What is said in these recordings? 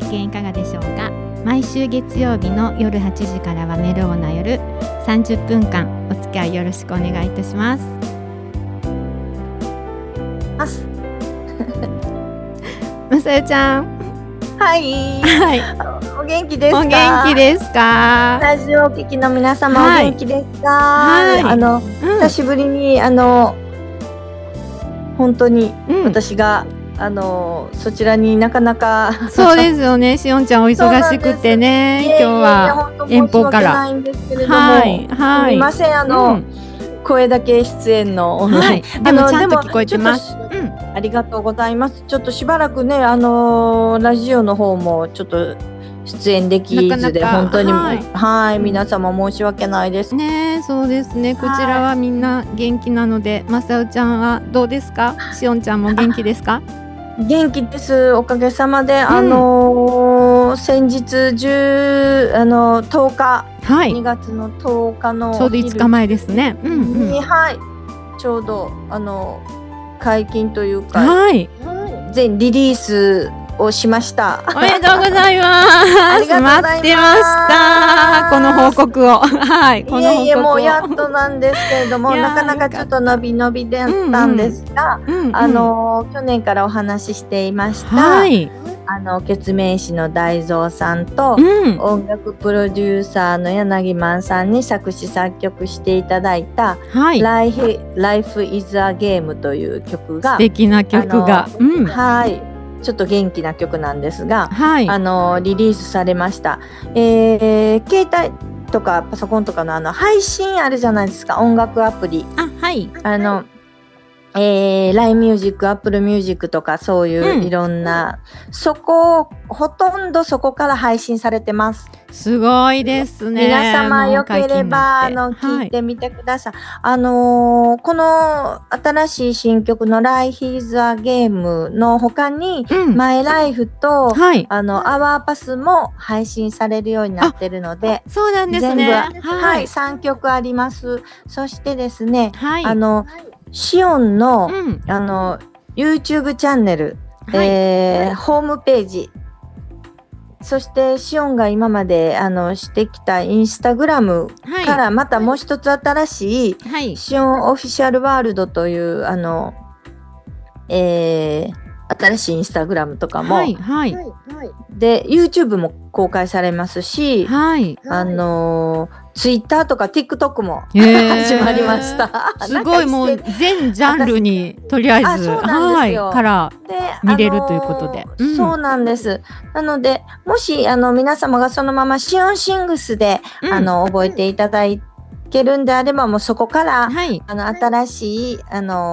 機嫌いかがでしょうか。毎週月曜日の夜8時からはメローな夜、30分間お付き合いよろしくお願いいたします。まさよちゃん、 はい、 はい、 お元気ですか。 お元気ですか。 ラジオを聞きの皆様、 はい、 お元気ですか。 はい、 久しぶりに本当に私が、そちらになかなかそうですよね。しおんちゃんお忙しくてね、今日は遠方から。 ないんですけれども、 はいはい、 すみません、声だけ出演のオンライン、 でもちゃんと聞こえてます。 ありがとうございます。ちょっとしばらくね、ラジオの方もちょっと出演できずで本当に皆様申し訳ないですね。そうですね、こちらはみんな元気なので、まさおちゃんはどうですか。しおんちゃんも元気ですか。 元気です、おかげさまで。先日10日、2月の10日のちょうど5日前ですね。 ちょうど解禁というか、全リリースをしました。 おめでとうございます待ってましたこの報告を。この報告を。 もうやっとなんですけれども、なかなかちょっと伸びであったんですが、去年からお話ししていました、ケツメイシの大蔵さんと、音楽プロデューサーの柳満さんに作詞作曲していただいた、Life is a Game という曲が、 素敵な曲が、 ちょっと元気な曲なんですが、リリースされました。携帯とかパソコンとかの配信あるじゃないですか、音楽アプリ。LINE ミュージック、Apple ミュージックとかそういういろんな、ほとんどそこから配信されてます。 すごいですね。 皆様よければ聞いてみてください。この新しい新曲の Life is a Game の他に、My Life と、Our Path も配信されるようになってるので、 そうなんですね。 全部、3曲あります。そしてですね、シオンの、YouTube チャンネル、ホームページ、そしてシオンが今までしてきたインスタグラムからまたもう一つ新しい、シオンオフィシャルワールドという新しいインスタグラムとかも、で YouTube も公開されますし、ツイッターとか TikTok も始まりました。 すごい、もう全ジャンルにとりあえずから見れるということで、 そうなんです。なのでもし皆様がそのままシオンシングスで覚えていただけるんであれば、もうそこから新しい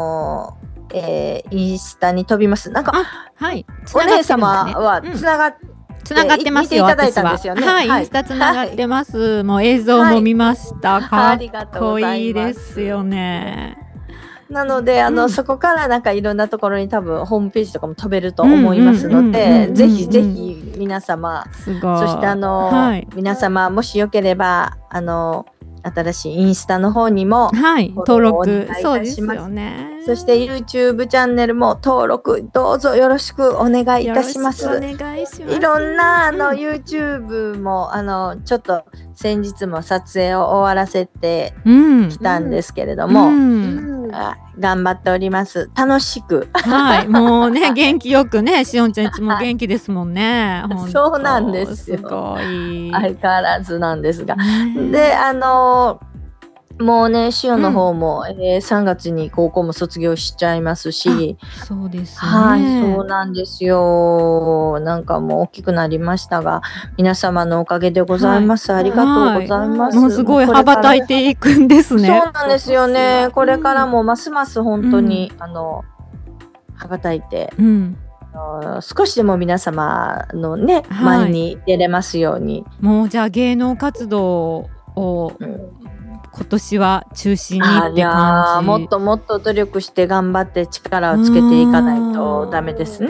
インスタに飛びます。なんかお姉様はつながってますよ。私はインスタつながってます。もう映像も見ました。かっこいいですよね。 なのでそこからなんかいろんなところに多分ホームページとかも飛べると思いますので、ぜひぜひ皆様、そして皆様もしよければ新しいインスタの方にも、 登録そうですよね。 そして YouTube チャンネルも登録どうぞよろしくお願いいたします。いろんなYouTube もちょっと先日も撮影を終わらせてきたんですけれども、頑張っております。楽しく。 もうね、元気よくね、しおんちゃんいつも元気ですもんね。 そうなんですよ。 すごい。 相変わらずなんですが。で、もうね、しおの方も、3月に高校も卒業しちゃいますし、 そうですね。 そうなんですよ。なんかもう大きくなりましたが、皆様のおかげでございます。ありがとうございます。 もうすごい羽ばたいていくんですね。 そうなんですよね。これからもますます本当に、羽ばたいて、少しでも皆様のね、前に出れますように。 もうじゃあ芸能活動を、今年は中心にって感じ。 もっともっと努力して頑張って力をつけていかないとダメですね。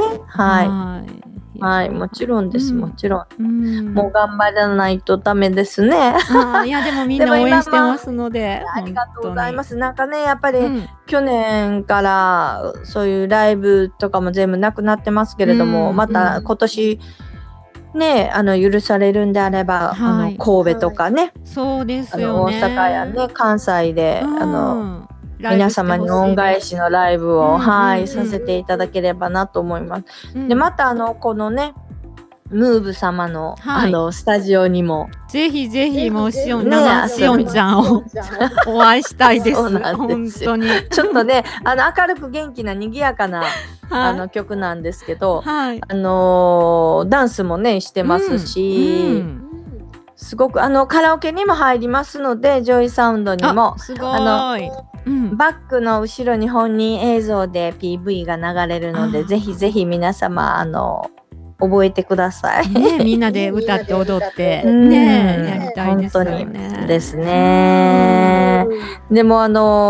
もちろんです、もちろん。もう頑張らないとダメですね。 いやでもみんな応援してますので、 ありがとうございます。なんかね、やっぱり去年からそういうライブとかも全部なくなってますけれども、また今年ね、許されるんであれば、神戸とかね、 そうですよね、 大阪やね、関西で、皆様に恩返しのライブを、させていただければなと思います。で、またこのね、ムーブ様の、スタジオにもぜひぜひ、もうしおんちゃんをお会いしたいです。本当にちょっとね、明るく元気な賑やかな曲なんですけど、ダンスもねしてますし、すごくカラオケにも入りますので、ジョイサウンドにもすごいバックの後ろに本人映像で PV が流れるので、ぜひぜひ皆様覚えてください。 ね、みんなで歌って踊ってね、やりたいですよね。 本当にですね。でも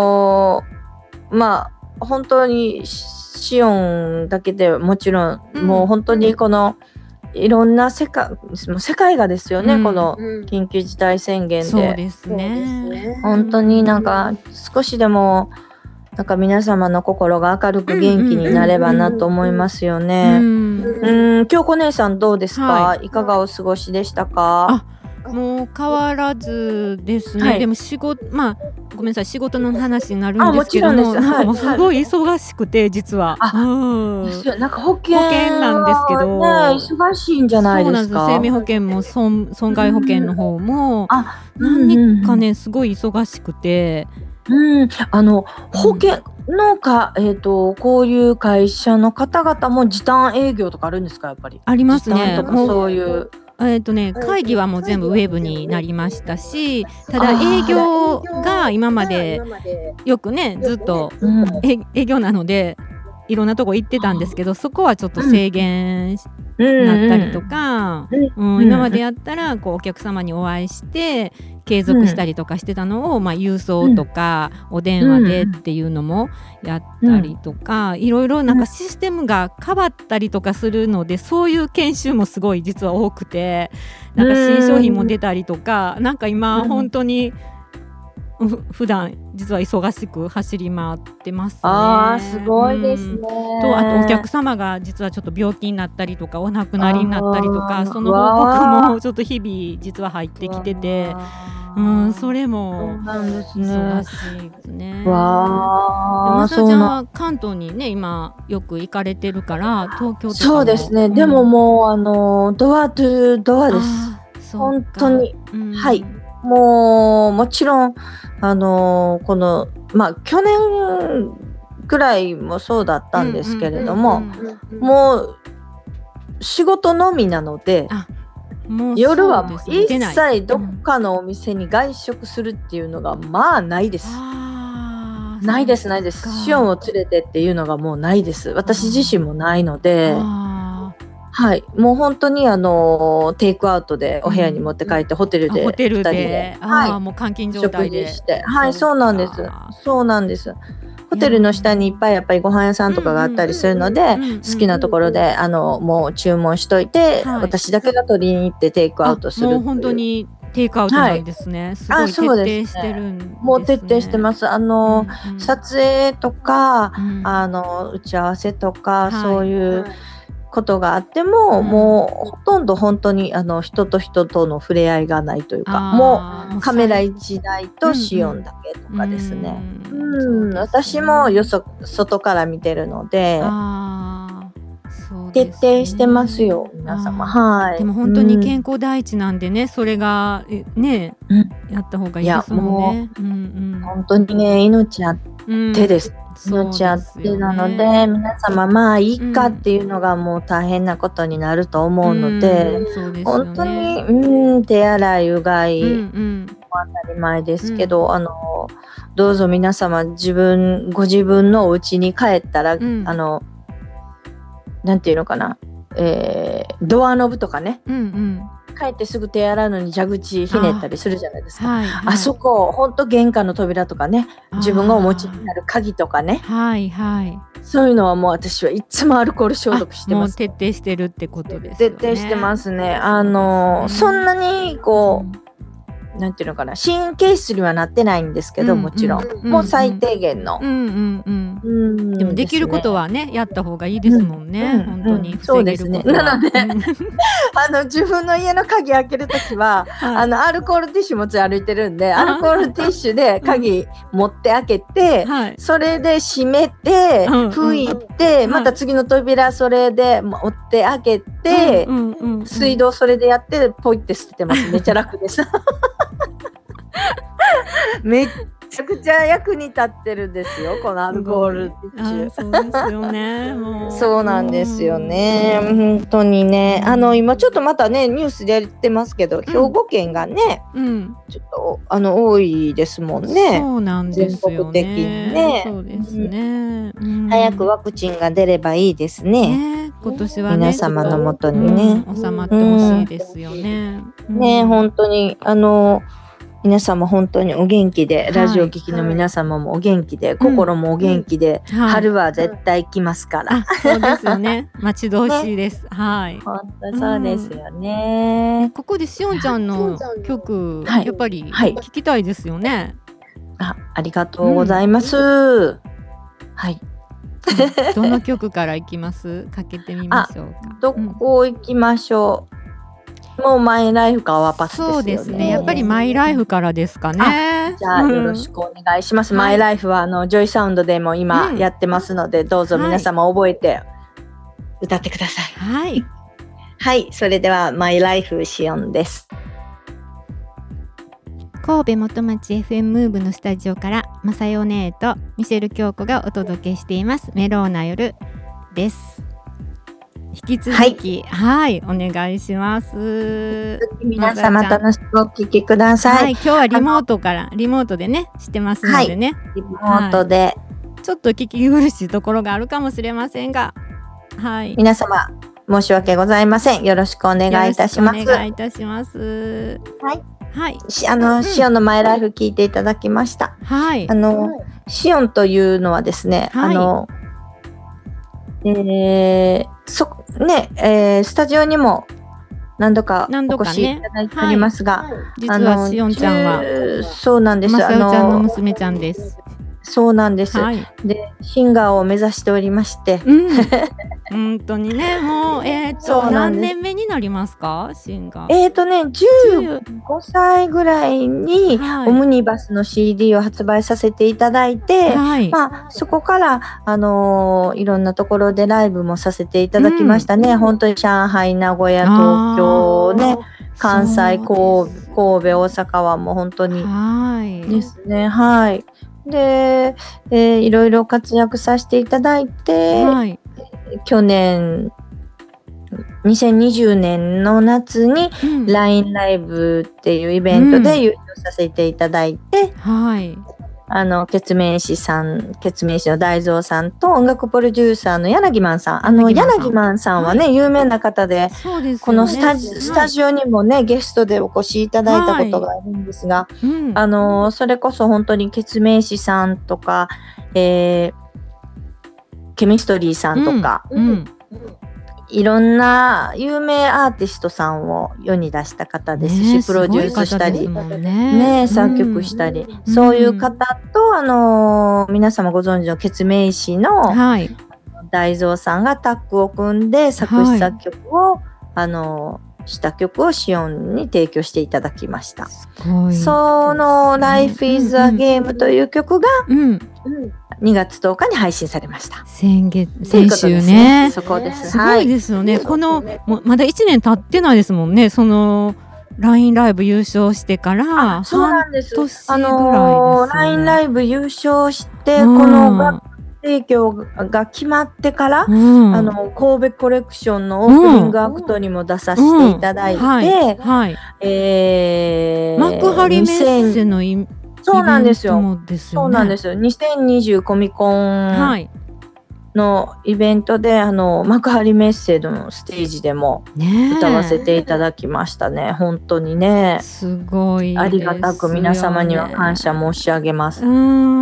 本当にシオンだけでもちろん、もう本当にこのいろんな世界がですよね、この緊急事態宣言で。 そうですね。 本当になんか少しでもなんか皆様の心が明るく元気になればなと思いますよね。京子姉さんどうですか、いかがお過ごしでしたか？ もう変わらずですね。でも仕事、ごめんなさい、仕事の話になるんですけども、なんかすごい忙しくて、実は。 なんか保険なんですけど、 忙しいんじゃないですか？ 生命保険も損害保険の方も何かね、すごい忙しくて。 保険のこういう会社の方々も時短営業とかあるんですか？やっぱりありますね。 とかそういう会議はもう全部ウェブになりましたし、ただ営業が今までよくねずっと営業なのでいろんなとこ行ってたんですけど、そこはちょっと制限なったりとか、今までやったらこうお客様にお会いして継続したりとかしてたのを、郵送とかお電話でっていうのもやったりとか、いろいろなんかシステムが変わったりとかするので、そういう研修もすごい実は多くて、なんか新商品も出たりとか、なんか今本当に普段実は忙しく走り回ってますね。 すごいですね。 あとお客様が実はちょっと病気になったりとかお亡くなりになったりとか、その報告もちょっと日々実は入ってきてて、それも忙しいですね。まさちゃんは関東にね今よく行かれてるから、東京とかも。 そうですね。でももうドアトゥドアです。本当に、はい。もちろんこの去年くらいもそうだったんですけれども、もう仕事のみなので、夜はもう一切どっかのお店に外食するっていうのがないです。ないです。シオンを連れてっていうのがもうないです。私自身もないので。はい、もう本当にテイクアウトでお部屋に持って帰って、ホテルで2人で、 もう監禁状態で食事して、そうなんです。ホテルの下にいっぱいやっぱりご飯屋さんとかがあったりするので、好きなところでもう注文しといて、私だけが取りに行ってテイクアウトするっていう。 もう本当にテイクアウトなんですね。すごい徹底してるんですね。 もう徹底してます。撮影とか打ち合わせとか、そういうことがあっても、もうほとんど本当に人と人との触れ合いがないというか、もうカメラ1台とシオンだけとかですね。私も外から見てるので、徹底してますよ皆様。 でも本当に健康第一なんでね、それがね、やった方がいいですもんね。 本当にね、命あってです。命あってなので、皆様いいかっていうのがもう大変なことになると思うので、本当に手洗いうがいも当たり前ですけど、どうぞ皆様ご自分のお家に帰ったら、なんていうのかな、ドアノブとかね、帰ってすぐ手洗うのに蛇口ひねったりするじゃないですか。あそこ本当玄関の扉とかね、自分がお持ちになる鍵とかね、そういうのはもう私はいつもアルコール消毒してます。 もう徹底してるってことですよね。 徹底してますね。そんなになんていうのかな、神経質にはなってないんですけど、もちろん、もう最低限の。 でもできることはね、やった方がいいですもんね、本当にそうですね。なので自分の家の鍵開けるときは、アルコールティッシュ持ち歩いてるんで、アルコールティッシュで鍵持って開けて、それで閉めて、拭いて、また次の扉それで持って開けて、水道それでやってポイって捨ててます。めっちゃ楽です。めっちゃくちゃ役に立ってるんですよ、このアルコールティッシュ。 そうですよね。 そうなんですよね。本当にね、今ちょっとまたねニュースでやってますけど、兵庫県がね、ちょっと多いですもんね。 そうなんですよね。全国的にね。そうですね。 早くワクチンが出ればいいですね。 今年はね、 皆様のもとにね、 収まってほしいですよね。 ね、本当に皆様本当にお元気で、ラジオ聴きの皆様もお元気で、心もお元気で、春は絶対来ますから。 そうですよね。待ち遠しいです。はい。 本当そうですよね。 ここでしおんちゃんの曲、やっぱり聞きたいですよね。 ありがとうございます。はい。 どの曲からいきます？かけてみましょうか。 どこ行きましょう。もうマイライフかはパスですよね。 そうですね。やっぱりマイライフからですかね。 じゃあよろしくお願いします。マイライフはジョイサウンドでも今やってますので、どうぞ皆様覚えて歌ってください。 はい。 はい、それではマイライフしおんです。 神戸元町 FM ムーブのスタジオからまさよ姉とミシェル京子がお届けしていますメローな夜です。引き続き、はい、お願いします。 皆様楽しくお聞きください。 今日はリモートでねしてますのでね、 リモートで、 ちょっと聞き苦しいところがあるかもしれませんが、 皆様申し訳ございません。よろしくお願いいたします。 お願いいたします。 シオンのマイライフ聞いていただきました。シオンというのはですね、スタジオにも何度かお越しいただいておりますが、 実はしおんちゃんはそうなんです。 まさよちゃんの娘ちゃんです。 そうなんです。で、シンガーを目指しておりまして、 本当にね、もう何年目になりますか、シンガー。 15歳ぐらいにオムニバスの CD を発売させていただいて、そこからいろんなところでライブもさせていただきましたね。本当に上海、名古屋、東京ね、関西、神戸、大阪はもう本当にですね。で、いろいろ活躍させていただいて、去年2020年の夏に LINE ライブっていうイベントで優勝させていただいて、ケツメイシの大蔵さんと音楽プロデューサーの柳マンさん、柳マンさんはね、有名な方で、このスタジオにもね、ゲストでお越しいただいたことがあるんですが、それこそ本当にケツメイシさんとか、ケミストリーさんとか、いろんな有名アーティストさんを世に出した方ですし、プロデュースしたり、作曲したり、そういう方と皆様ご存知のケツメイシの大蔵さんがタッグを組んで作詞作曲をした曲をシオンに提供していただきました。その Life is a Game という曲が2月10日に配信されました。 先週ね。 そこです。 すごいですよね。このまだ1年経ってないですもんね。その LINE ライブ優勝してからそうなんです。 半年ぐらいです。 LINE ライブ優勝してこの楽曲提供が決まってから、神戸コレクションのオープニングアクトにも出させていただいて、 幕張メッセのそうなんですよ。そうなんですよ。2020コミコンのイベントで、幕張メッセのステージでも歌わせていただきましたね。本当にね。 すごいですよね。ありがたく皆様には感謝申し上げます。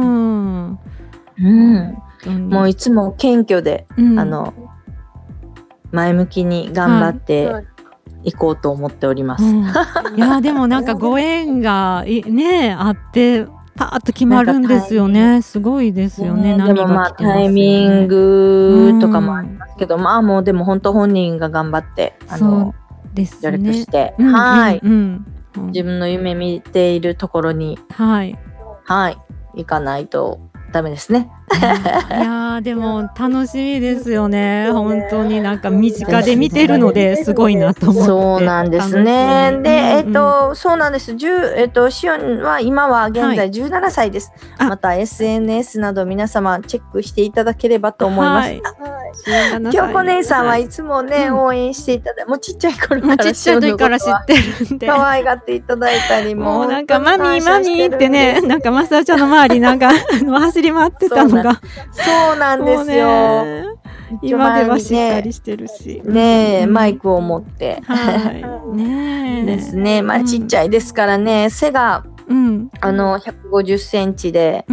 もういつも謙虚で、前向きに頑張って行こうと思っております。 いやでもなんかご縁がねあってパーッと決まるんですよね。すごいですよね。 でもまあタイミングとかもありますけど、まあもうでも本当本人が頑張ってそうですね、 努力して、はい、自分の夢見ているところに行かないとダメですね。 いやでも楽しみですよね。本当になんか身近で見てるのですごいなと思って。 そうなんですね。で、そうなんです。シオンは今は現在17歳です。また SNS など皆様チェックしていただければと思います。京子姉さんはいつもね、応援していただいて、もうちっちゃい頃から知ってるんで可愛がっていただいたりもうなんかマミーってね、なんかマサちゃんの周りなんか走り回ってたのがそうなんですよ。 今ではしっかりしてるしね、マイクを持ってですね。まあちっちゃいですからね、背が150センチで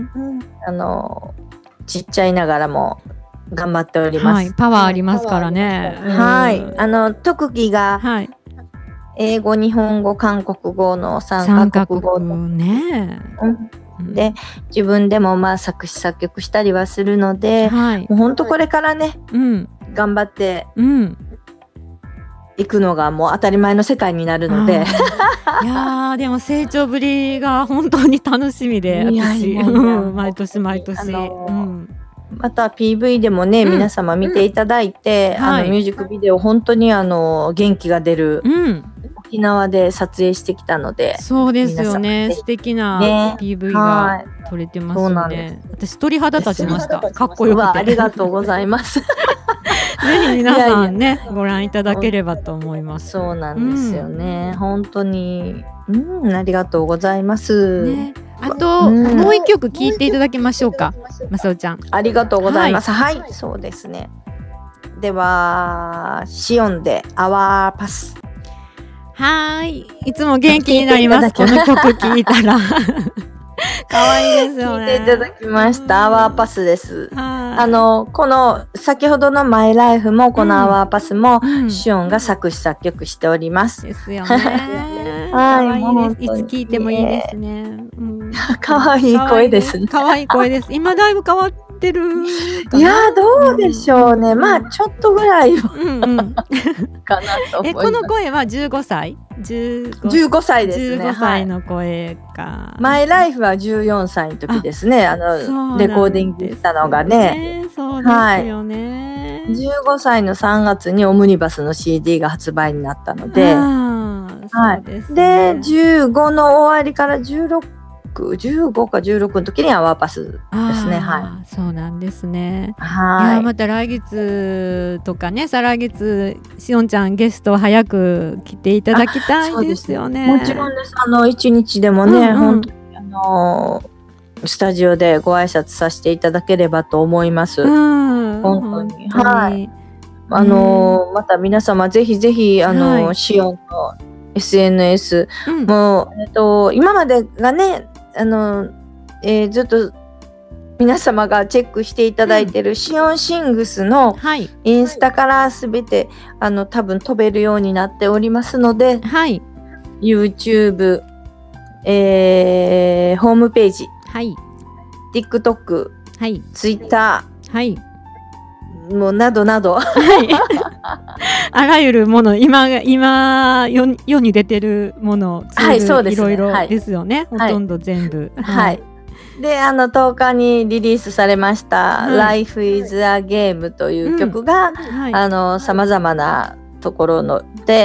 ちっちゃいながらも頑張っております。 パワーありますからね。 特技が英語、日本語、韓国語の3カ国語ね。で自分でもまあ作詞作曲したりはするので、もう本当これからね、頑張っていくのがもう当たり前の世界になるのでいやでも成長ぶりが本当に楽しみで、私毎年また PV でもね、皆様見ていただいて、ミュージックビデオ本当に元気が出る、沖縄で撮影してきたので、 そうですよね、素敵な PV が撮れてますね。私鳥肌立ちました。かっこよくてありがとうございますぜひ皆さんねご覧いただければと思います。 そうなんですよね、本当にありがとうございます。 あと、もう一曲聴いていただきましょうか、まさおちゃん。 ありがとうございます。はい、そうですね。ではシオンでアワーパス。 はい、いつも元気になります。この曲聴いたら可愛いですよね。 聴いていただきました。アワーパスです。この先ほどのマイライフもこのアワーパスもシオンが作詞作曲しております。 ですよね。はい、いつ聴いてもいいですね。 可愛い声ですね。 可愛い声です。今だいぶ変わってる。 いやどうでしょうね。まあちょっとぐらいかなと思います。 この声は15歳 ？15歳ですね。 15歳の声か。 マイライフは14歳の時ですね。レコーディングしたのがね。 そうですよね。 15歳の3月にオムニバスの CD が発売になったので、で15の終わりから15か16の時にアワーパスですね。 そうなんですね。いやまた来月とかね、再来月しおんちゃんゲスト早く来ていただきたいですよね。 もちろんです。1日でもね、本当にスタジオでご挨拶させていただければと思います。本当に。また皆様ぜひぜひシオンの SNS も今までがねずっと皆様がチェックしていただいているシオンシングスのインスタからすべて多分飛べるようになっておりますので、YouTube、ホームページ、TikTok、Twitter、もうなどなどあらゆるもの今世に出てるものいろいろですよね。ほとんど全部。 で10日にリリースされました「Life is a Game」という曲がさまざまなところので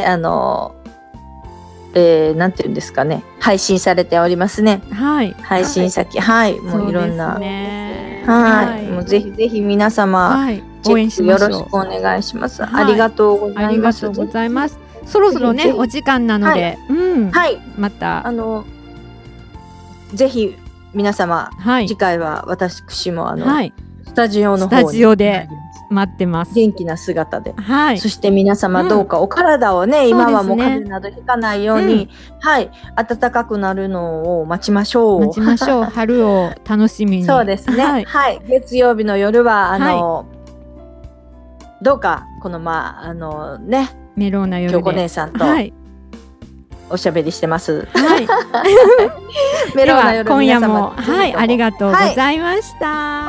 なんていうんですかね、配信されておりますね。配信先もういろんなもうぜひぜひ皆様チェックよろしくお願いします。ありがとうございます。 そろそろねお時間なので、またぜひ皆様次回は私もスタジオの方にスタジオで待ってます。 元気な姿で、そして皆様どうかお体をね、今はもう風邪などひかないように、暖かくなるのを待ちましょう。 春を楽しみに。 そうですね。月曜日の夜はどうかこのメローナ夜で京子姉さんとおしゃべりしてます。 はい。 メローナ夜今夜もありがとうございました。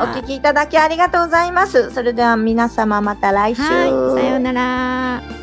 お聞きいただきありがとうございます。それでは皆様また来週。 さようなら。